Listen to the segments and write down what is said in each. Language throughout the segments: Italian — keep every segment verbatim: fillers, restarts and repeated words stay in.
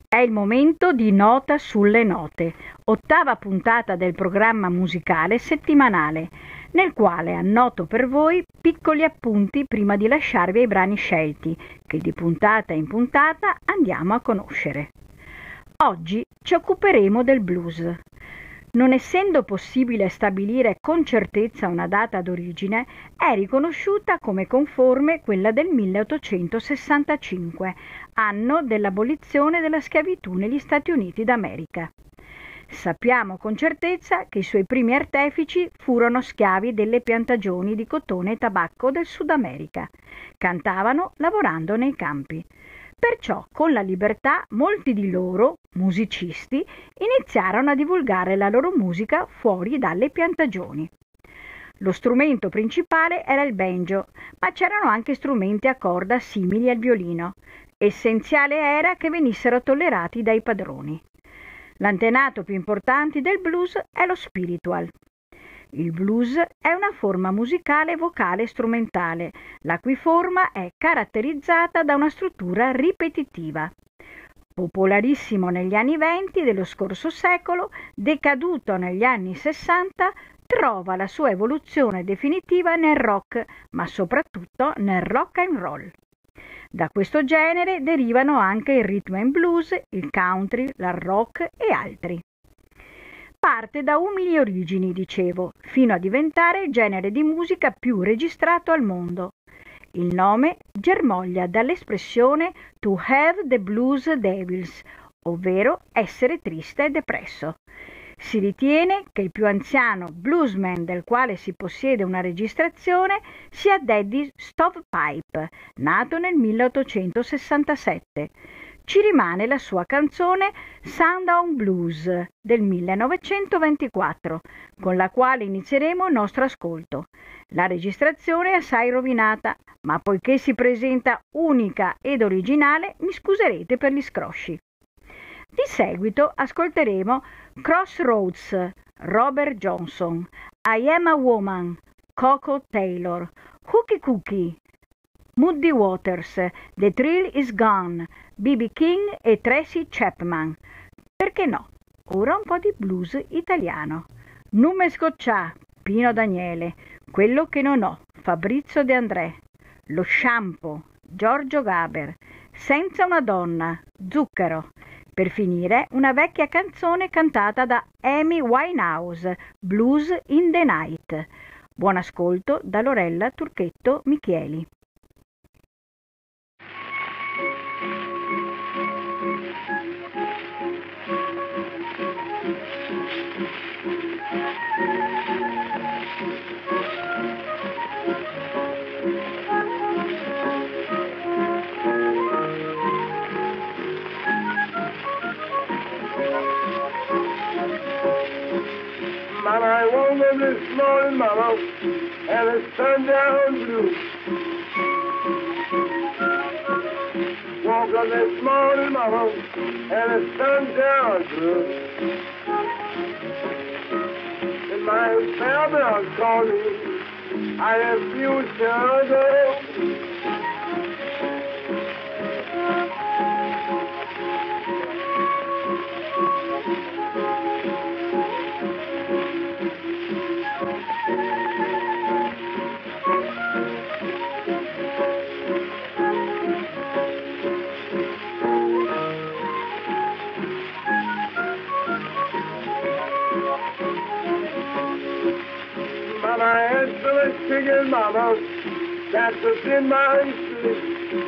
È il momento di Nota sulle note, ottava puntata del programma musicale settimanale, nel quale annoto per voi piccoli appunti prima di lasciarvi ai brani scelti, che di puntata in puntata andiamo a conoscere. Oggi ci occuperemo del blues. Non essendo possibile stabilire con certezza una data d'origine, è riconosciuta come conforme quella del milleottocentosessantacinque, anno dell'abolizione della schiavitù negli Stati Uniti d'America. Sappiamo con certezza che i suoi primi artefici furono schiavi delle piantagioni di cotone e tabacco del Sud America. Cantavano lavorando nei campi. Perciò, con la libertà, molti di loro, musicisti, iniziarono a divulgare la loro musica fuori dalle piantagioni. Lo strumento principale era il banjo, ma c'erano anche strumenti a corda simili al violino. Essenziale era che venissero tollerati dai padroni. L'antenato più importante del blues è lo spiritual. Il blues è una forma musicale vocale strumentale, la cui forma è caratterizzata da una struttura ripetitiva. Popolarissimo negli anni venti dello scorso secolo, decaduto negli anni sessanta, trova la sua evoluzione definitiva nel rock, ma soprattutto nel rock and roll. Da questo genere derivano anche il rhythm and blues, il country, l'hard rock e altri. Parte da umili origini, dicevo, fino a diventare il genere di musica più registrato al mondo. Il nome germoglia dall'espressione to have the blues devils, ovvero essere triste e depresso. Si ritiene che il più anziano bluesman del quale si possiede una registrazione sia Daddy Stovepipe, nato nel milleottocentosessantasette. Ci rimane la sua canzone Sundown Blues del millenovecentoventiquattro, con la quale inizieremo il nostro ascolto. La registrazione è assai rovinata, ma poiché si presenta unica ed originale, mi scuserete per gli scrosci. Di seguito ascolteremo Crossroads, Robert Johnson, I Am a Woman, Coco Taylor, Hooky Cookie, Muddy Waters, The Thrill is Gone, B B King e Tracy Chapman. Perché no? Ora un po' di blues italiano. Nume Scoccià, Pino Daniele, Quello che non ho, Fabrizio De André, Lo Shampoo, Giorgio Gaber, Senza una donna, Zucchero. Per finire, una vecchia canzone cantata da Amy Winehouse, Blues in the Night. Buon ascolto da Lorella Turchetto Michieli. Mama, I woke up this morning, Mama, and it's sundown blue. Woke up this morning, Mama, and it's sundown blue. And my family called me, I have future ago. Mama, answer a chicken, Mama, that's what's in my sleep.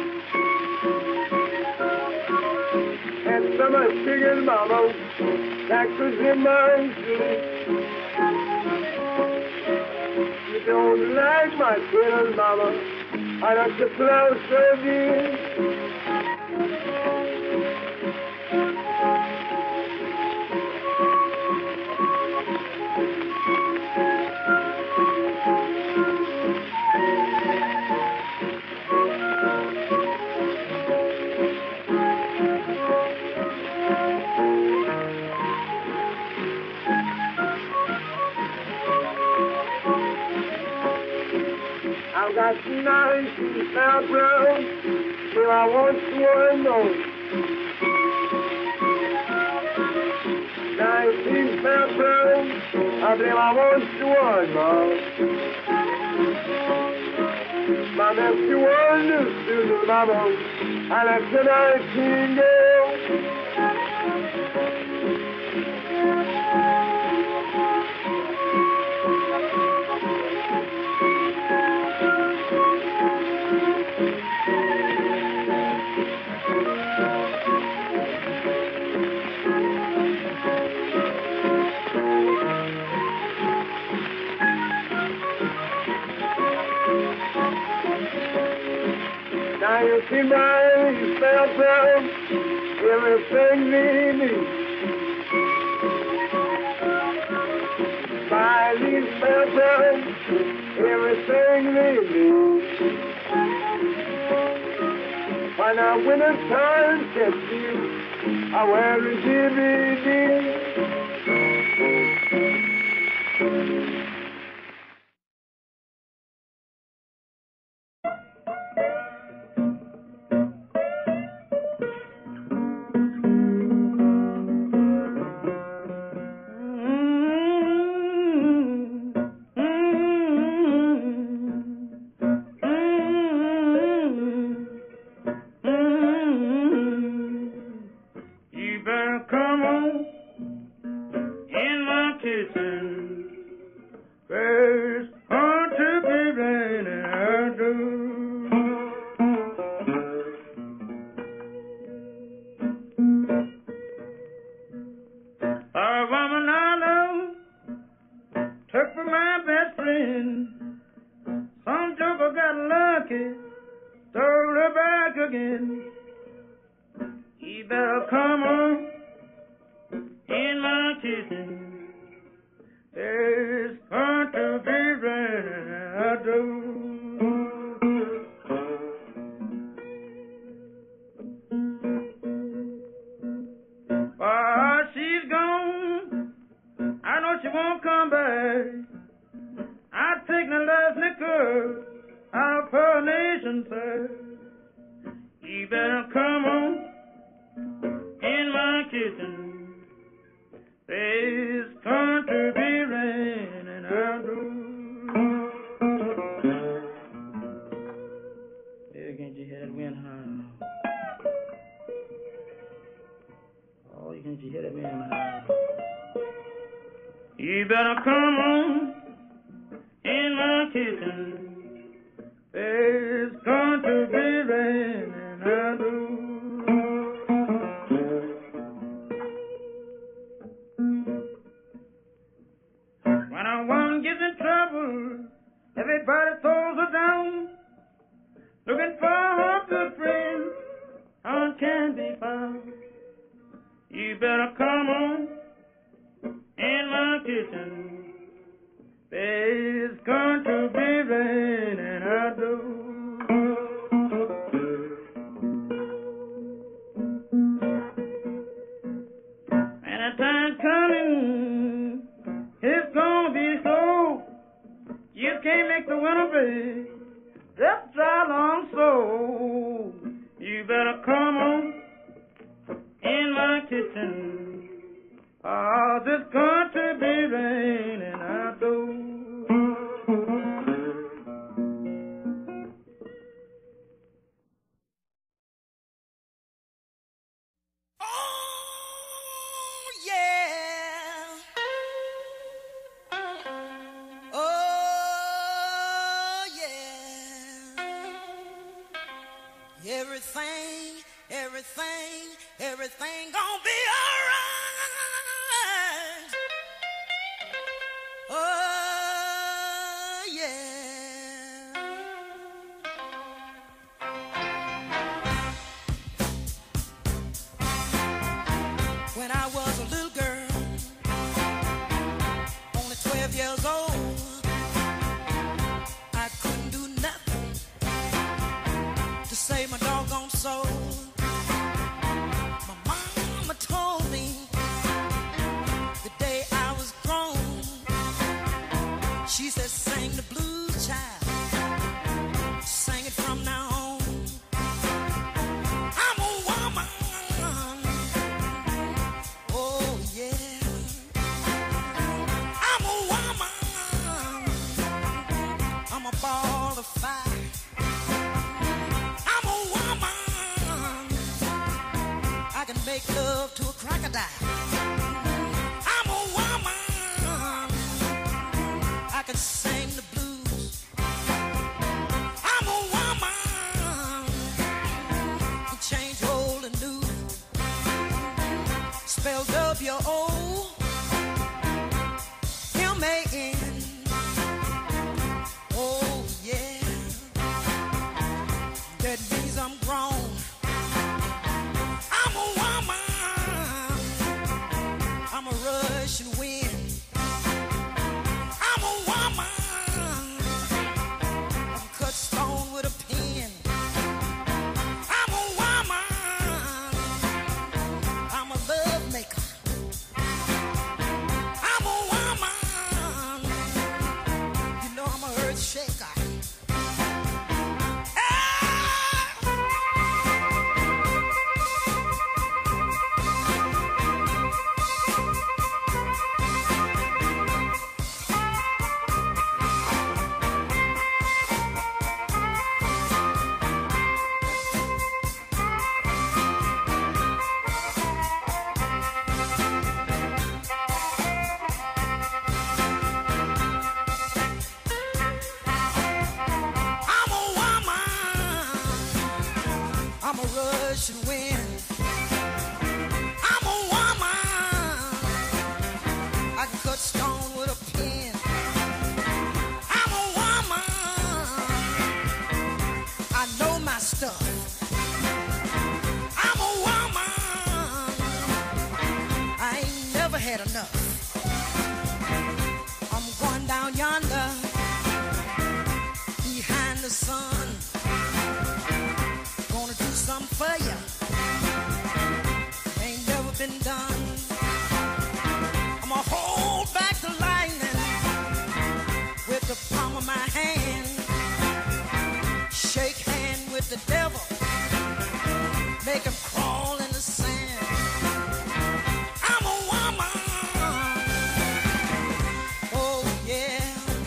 Answer my chicken, Mama, that's what's in my sleep. You don't like my chicken, Mama, I like to close again. I've got nice and sound brown, till I once were known. I believe I was the one, Mom. My nephew was the student, Mama, and that's a nineteen girl. Now you see my spell down, everything we need. My spell down, everything we need. When I win a time, get you, I wear a D V D. You better come on in my kitchen. It's going to be raining, I do. When a woman gets in trouble, everybody throws her down, looking for her good friend, how can be found? You better come on in my kitchen. It's going to be raining, I do. And a time coming, it's gonna be slow. You can't make the winter be just dry long so. You better come on in my kitchen. Oh, this country be raining, I do. Oh, yeah. Oh, yeah. Everything, everything, everything gonna be all right. Oh, yeah. When I was a little girl, only twelve years old, I couldn't do nothing to save my doggone soul. My mama told me make love to a crocodile. I'm a woman, I can sing the blues. I'm a woman, can change old and new. Spell W O M A N. Oh yeah, that means I'm grown. I'm a woman, I'm a Russian wind. I'm a woman, I cut stone with a pen. I'm a woman, I'm a love maker. I'm a woman, you know I'm a earth shaker. I'm a Russian wind. I'm a woman, I can cut stone with a pen. I'm a woman, I know my stuff. I'm a woman, I ain't never had enough. I'm going down yonder, behind the sun. Gonna do something for ya, ain't never been done. I'ma hold back the lightning with the palm of my hand. Shake hand with the devil, make him crawl in the sand. I'm a woman, oh yeah.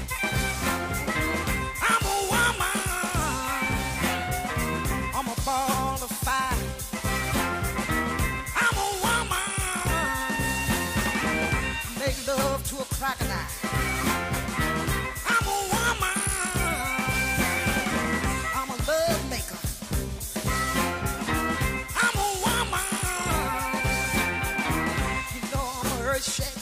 I'm a woman, I'm a ball of fire. I'm a woman, make love to a crocodile. I'm a woman, I'm a love maker. I'm a woman, you know I'm a earth shaker.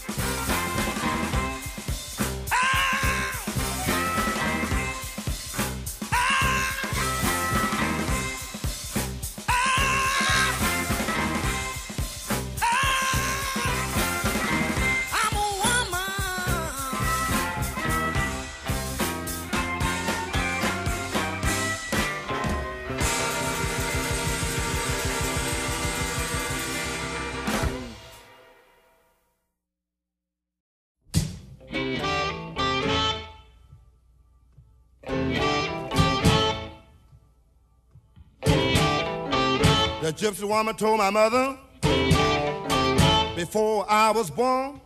The gypsy woman told my mother before I was born,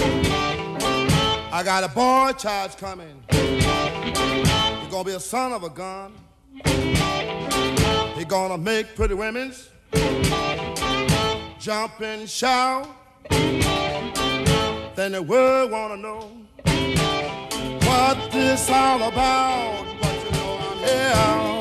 I got a boy child coming. He's gonna be a son of a gun. He's gonna make pretty women jump and shout. Then the world wanna know what this all about. But you know I'm here.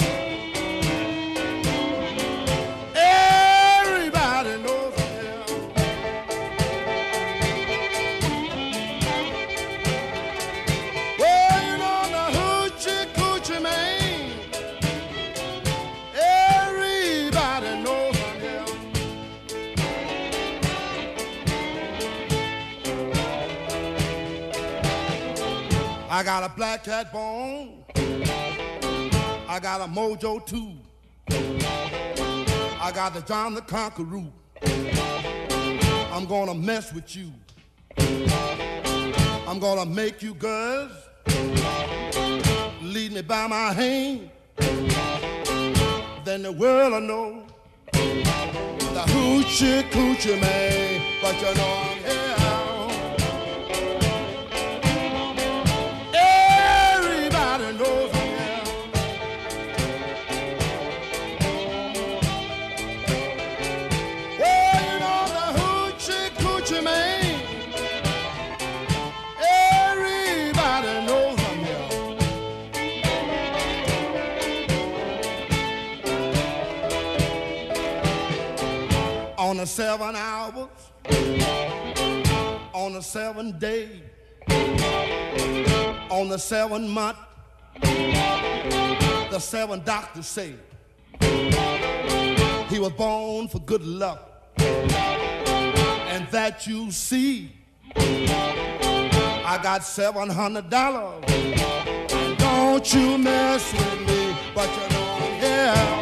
I got a black cat bone, I got a mojo too, I got the John the Conqueror. I'm gonna mess with you, I'm gonna make you girls lead me by my hand. Then the world will know the hoochie coochie man. But you know I'm here. the seven hours, on the seven day, on the seven month, the seven doctors say he was born for good luck, and that you see, I got seven hundred dollars. Don't you mess with me, but you don't care.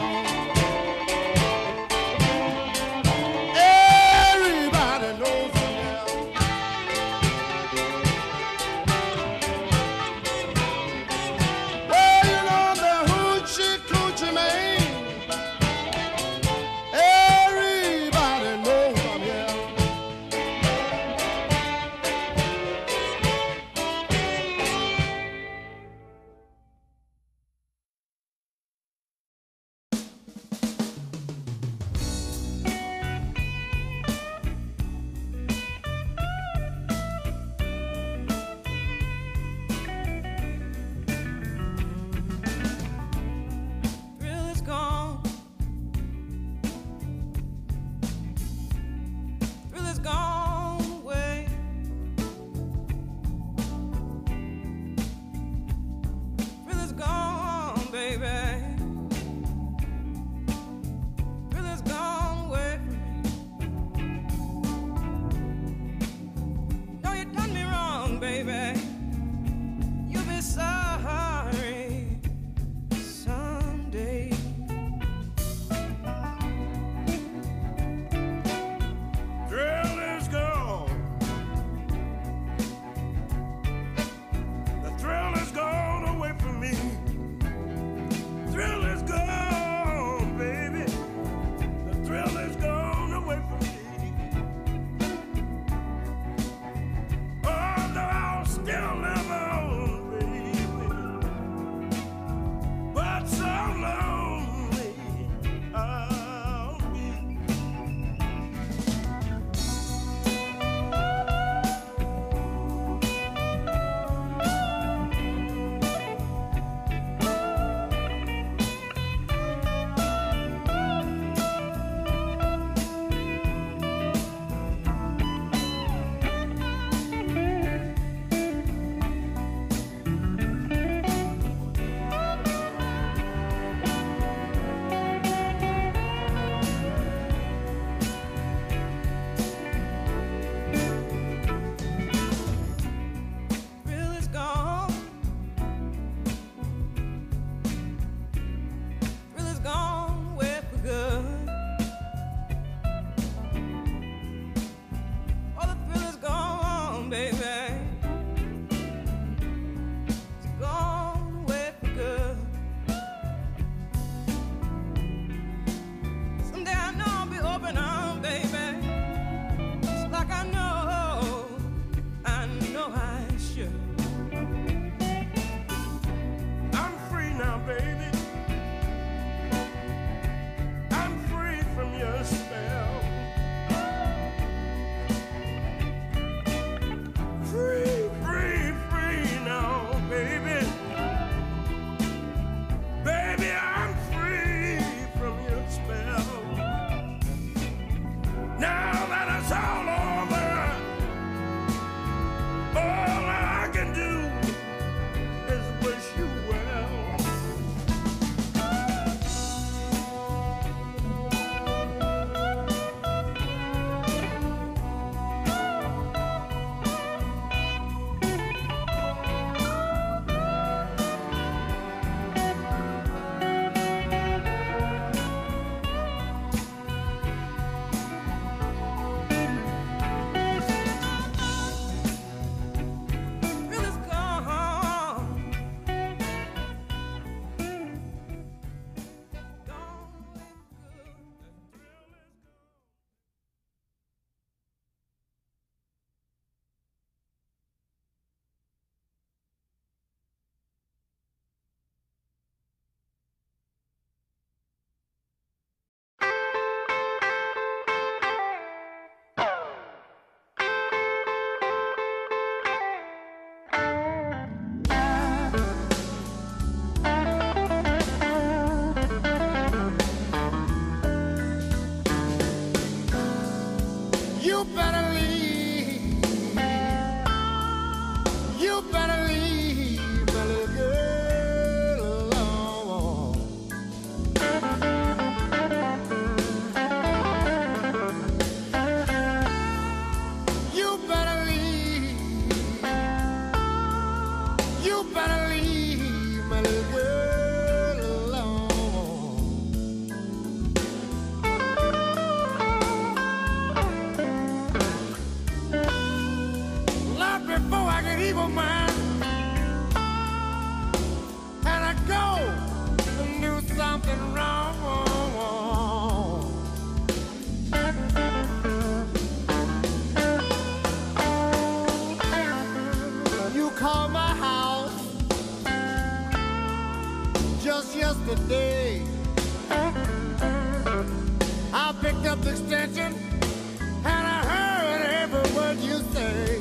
four-fifth extension, and I heard every word you say.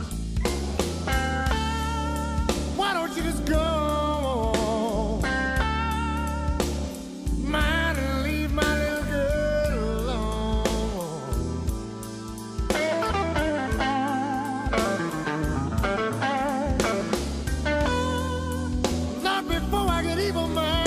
Why don't you just go, man, and leave my little girl alone? Not before I get evil, man.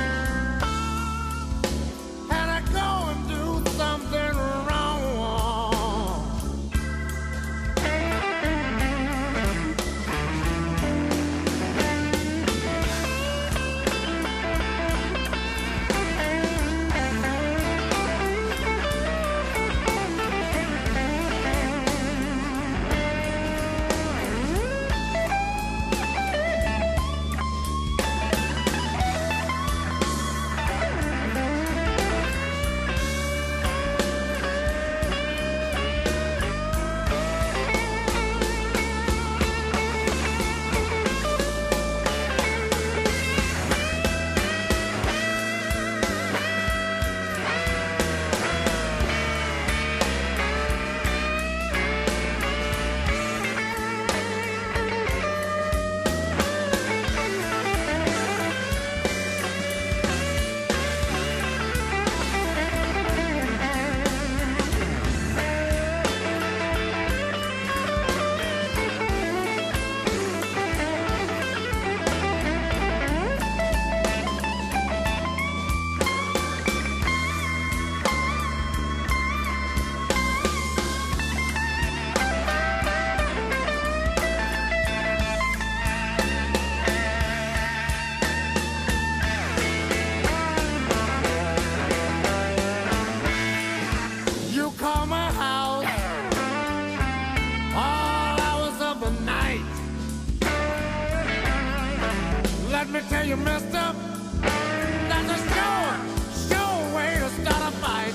Let me tell you, mister, that's a sure, sure way to start a fight.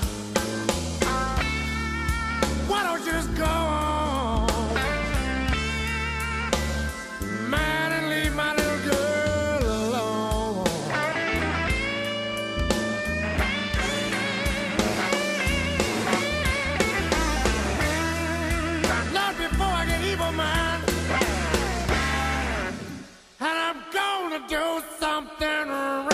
Why don't you just go on, man, and leave my little girl alone? Not before I get evil, man. And I'm gonna do something wrong.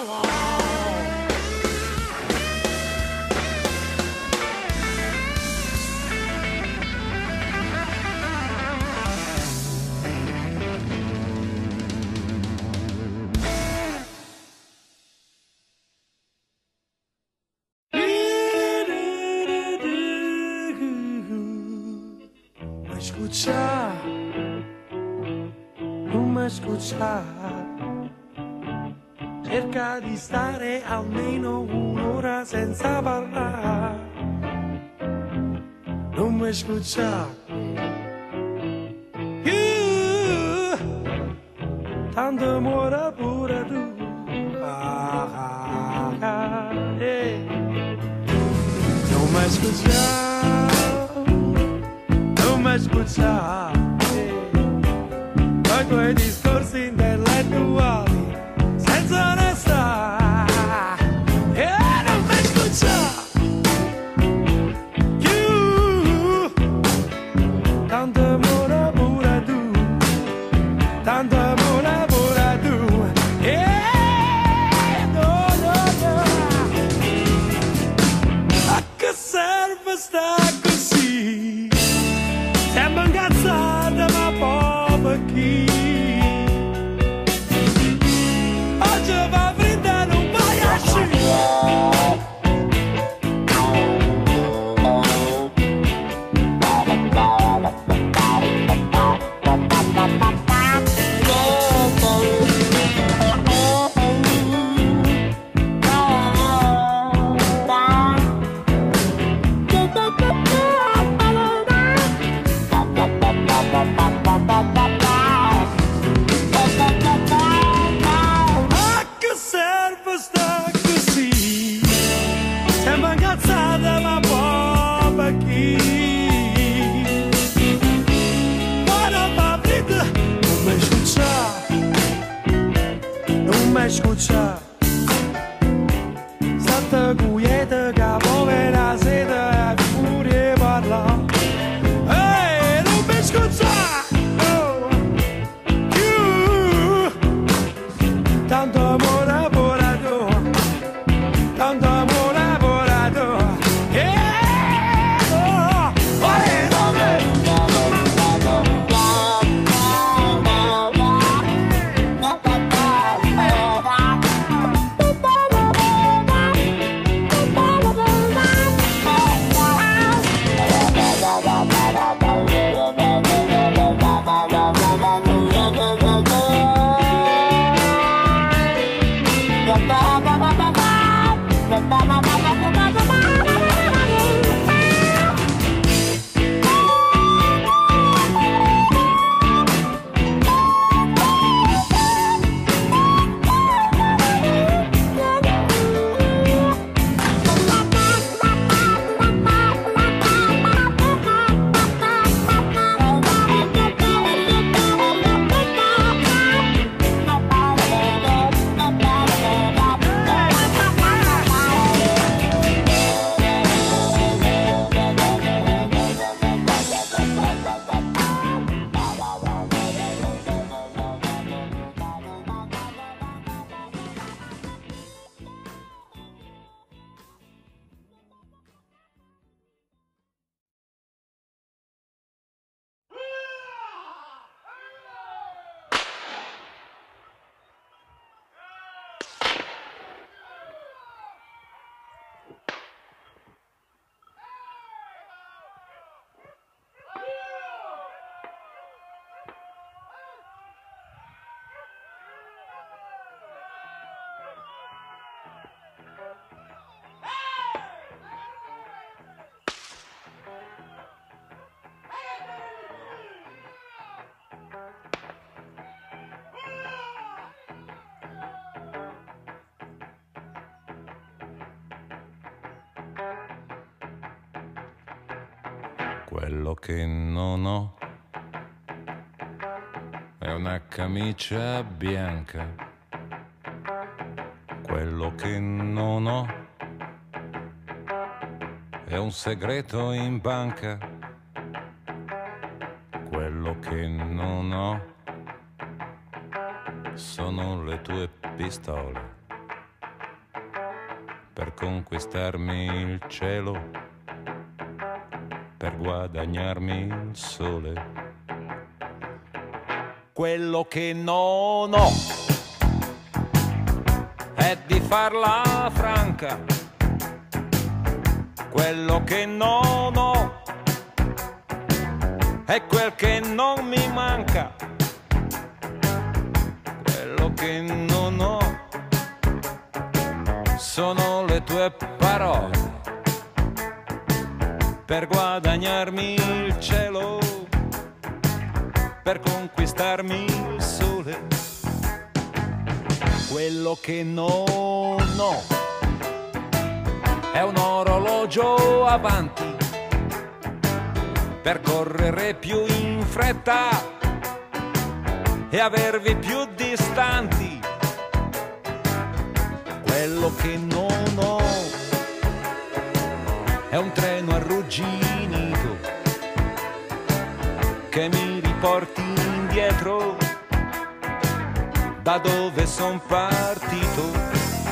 Ma escucha, non mi escucha. Cerca di stare almeno un'ora senza parlare. Non mi escucha. Uh, tanto muore pure tu. Ah, ah, ah, eh. Non mi escucha. Non mi escucha. Eh. I tuoi discorsi intellettuali senza onestà, e non mi scusa più. Tanto amore pure tu, tanto amore pure tu, e no, no, no. A che serve sta così? Sembra incazzata ma poi per chi? Oggi va fritta non vai a escucha, santa cuyeta, cabo, verás, Quello che non ho è una camicia bianca. Quello che non ho è un segreto in banca. Quello che non ho sono le tue pistole per conquistarmi il cielo, per guadagnarmi il sole. Quello che non ho è di farla franca. Quello che non ho è quel che non mi manca. Quello che non ho sono le tue parole per guadagnarmi il cielo, per conquistarmi il sole. Quello che non ho è un orologio avanti per correre più in fretta e avervi più distanti. Quello che non ho è un treno arrugginito che mi riporti indietro da dove son partito.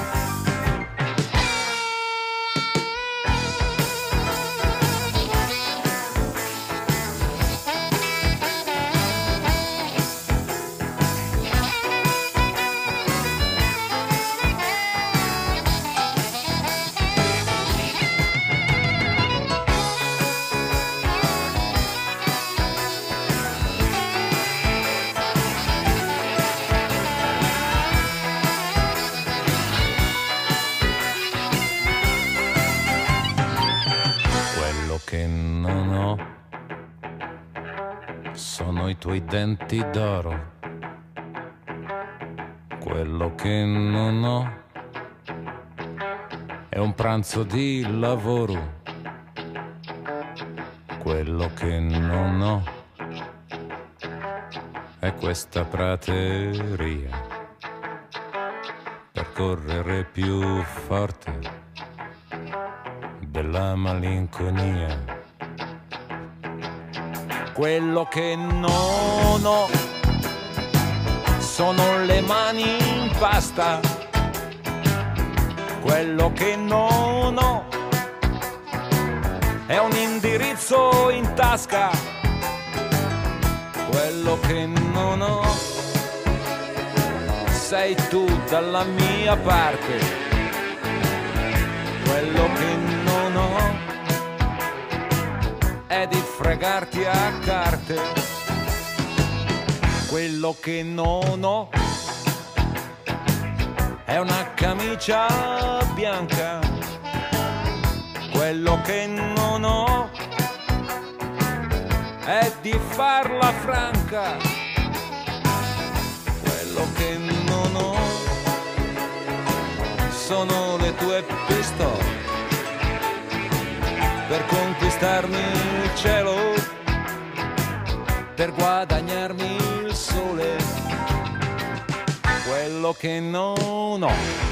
I tuoi denti d'oro. Quello che non ho è un pranzo di lavoro. Quello che non ho è questa prateria per correre più forte della malinconia. Quello che non ho sono le mani in pasta. Quello che non ho è un indirizzo in tasca. Quello che non ho sei tu dalla mia parte. Quello che non ho è di fregarti a carte. Quello che non ho è una camicia bianca. Quello che non ho è di farla franca. Quello che non ho sono le tue pistole per conquistarmi il cielo, per guadagnarmi il sole. Quello che non ho.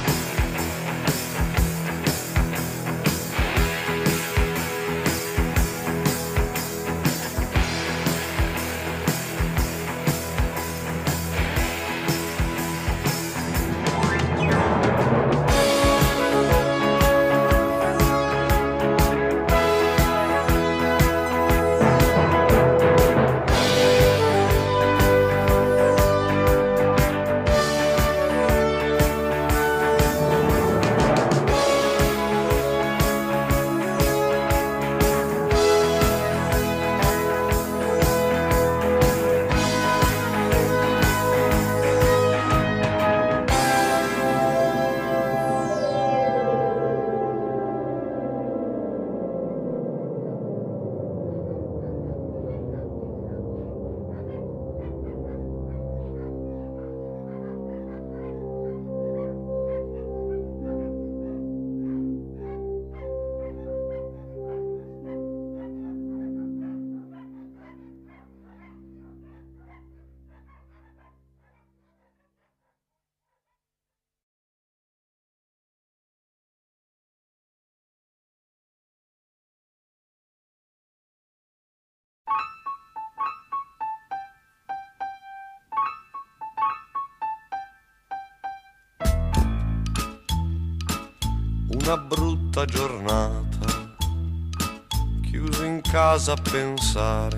una brutta giornata, chiuso in casa a pensare,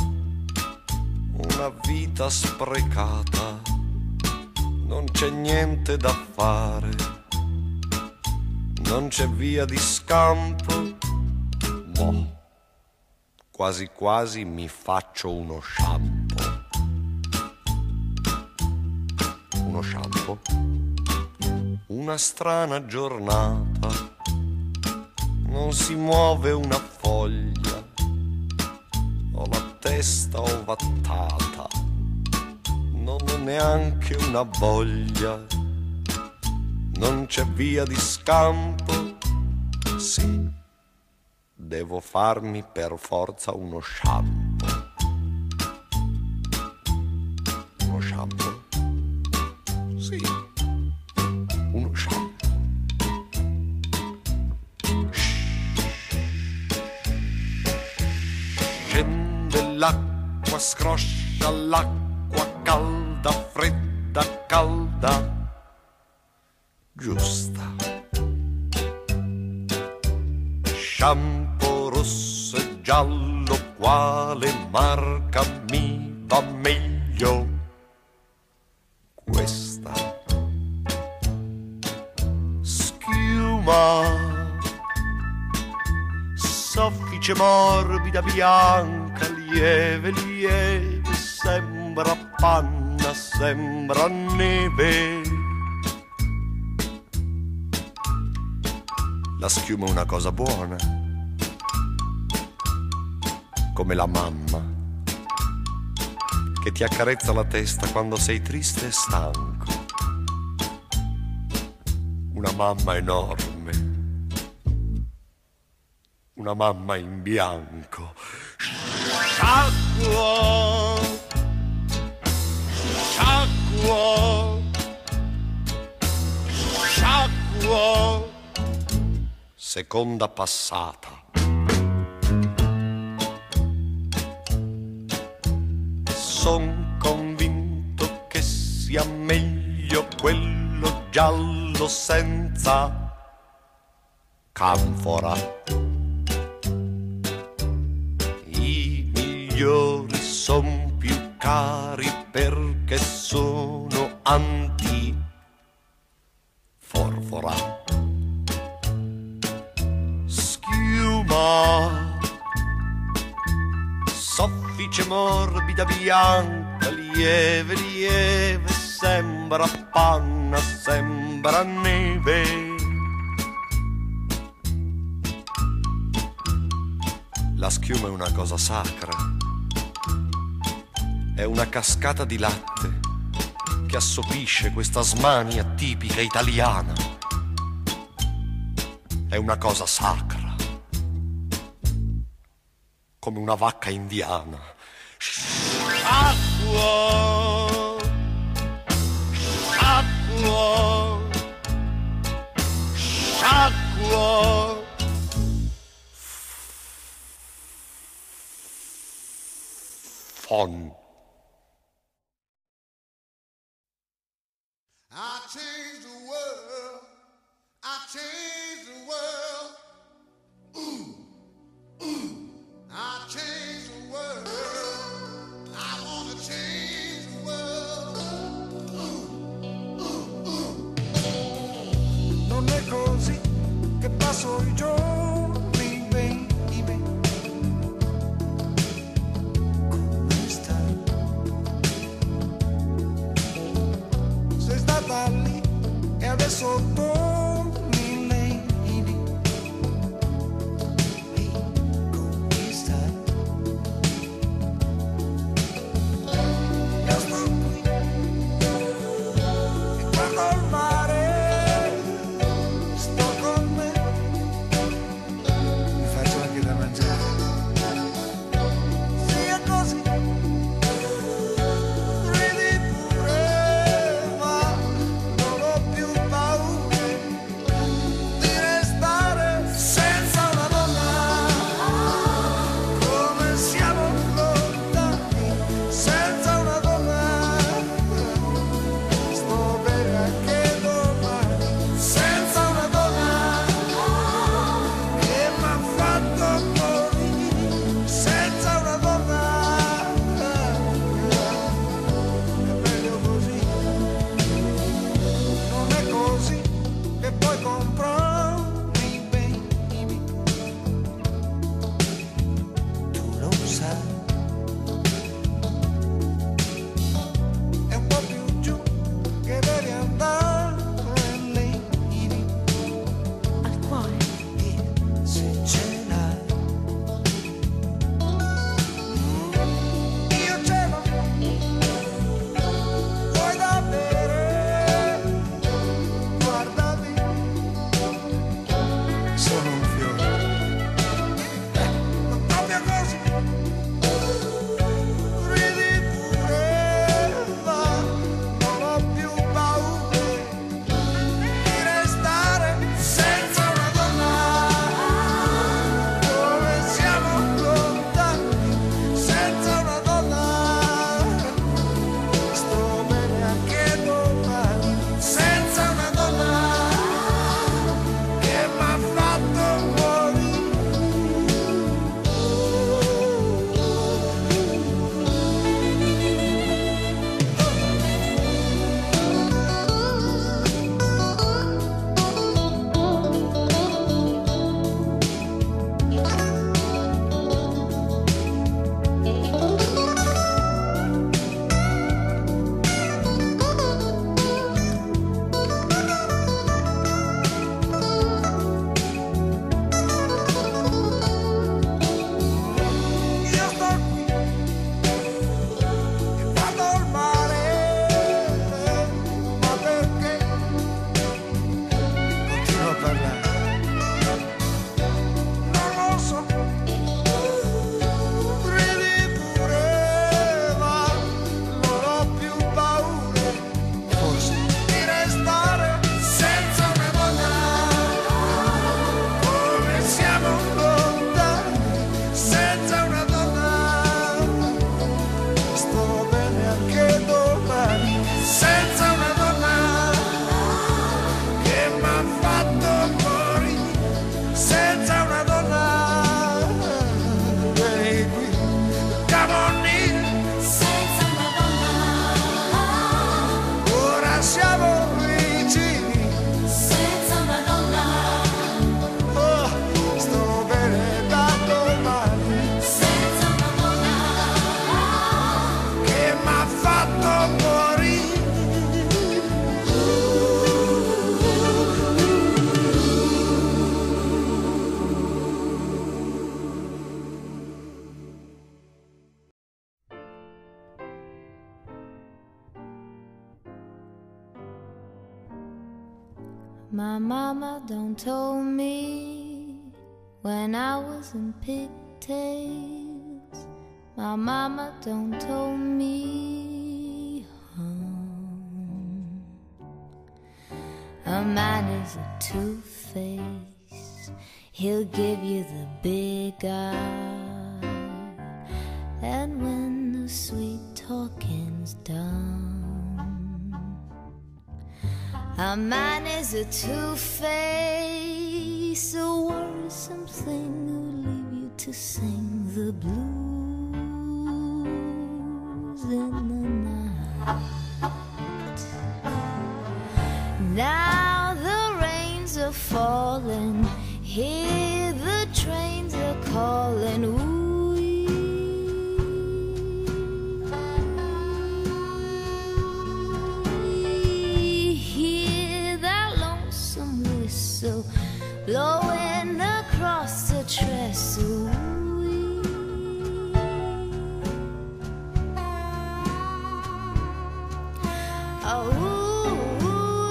una vita sprecata, non c'è niente da fare, non c'è via di scampo, boh, quasi quasi mi faccio uno shampoo. Uno shampoo? Una strana giornata, non si muove una foglia, ho la testa ovattata, non ho neanche una voglia, non c'è via di scampo, sì, devo farmi per forza uno shampoo. Uno shampoo? Sì, uno shampoo. Scende l'acqua, scroscia l'acqua calda, fredda, calda, giusta. Shampoo rosso e giallo, quale marca mi va meglio? Questa. Schiuma, soffice morbida, bianca, lieve, lieve, sembra panna, sembra neve. La schiuma è una cosa buona, come la mamma che ti accarezza la testa quando sei triste e stanco. Una mamma enorme, una mamma in bianco. Sciacquo, sciacquo, sciacquo. Seconda passata. Son convinto che sia meglio quello giallo senza canfora. I migliori son più cari perché sono anti-forfora. Soffice morbida, bianca, lieve, lieve, sembra panna, sembra neve. La schiuma è una cosa sacra, è una cascata di latte che assopisce questa smania tipica italiana. È una cosa sacra, come una vacca indiana. Sciacquo, sciacquo, sciacquo. Fon. I changed the world, I changed the world. Ooh, ooh. I change the world. I wanna change the world. Ooh, ooh, ooh. Non è così che passo i giorni, baby, con questa My mama done told me when I was in pigtails. My mama done told me hum. A man is a two-face. He'll give you the big eye, and when the sweet talking's done, a man is a two-face, a worrisome thing who'll leave you to sing the blues in the night. Now the rains are falling, hear the trains are calling. Ooh, so blowing across the trestle. Oh,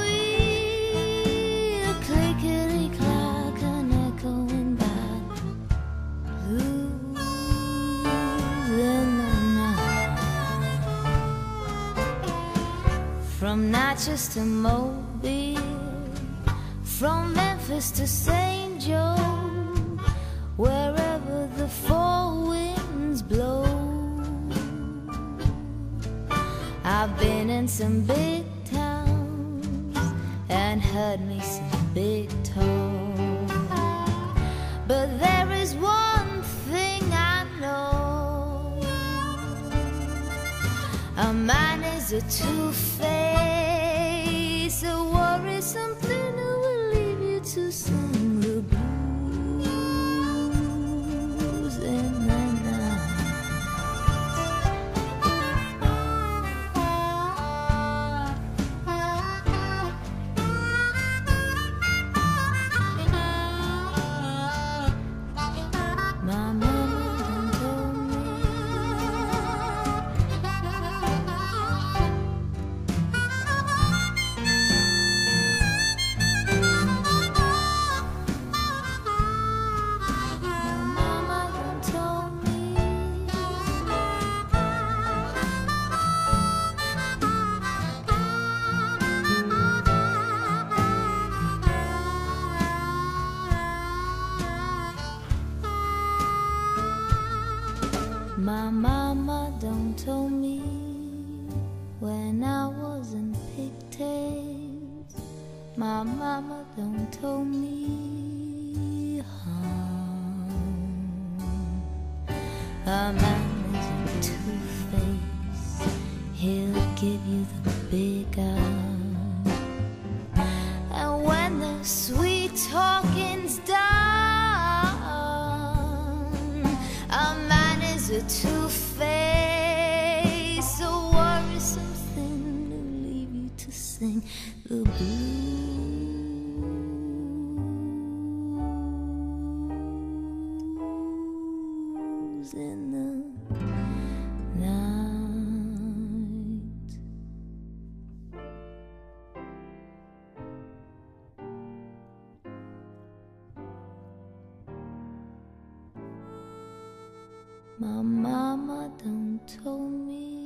a clickety-clack, an echoing back, blues in the night. From Natchez to Mobile, from Memphis to Saint Joe, wherever the four winds blow. I've been in some big towns and heard me some big talk, but there is one thing I know: a man is a two-face, a worrisome thing to sing the blues in the My mama done told me My mama done told me when I was in pigtails. My mama done told me hum. A man is a two-face, he'll give you the big eye, and when the sweet talking's done, a man is a two-face, a worrisome thing to leave you to sing the blues in the night. My mama done told me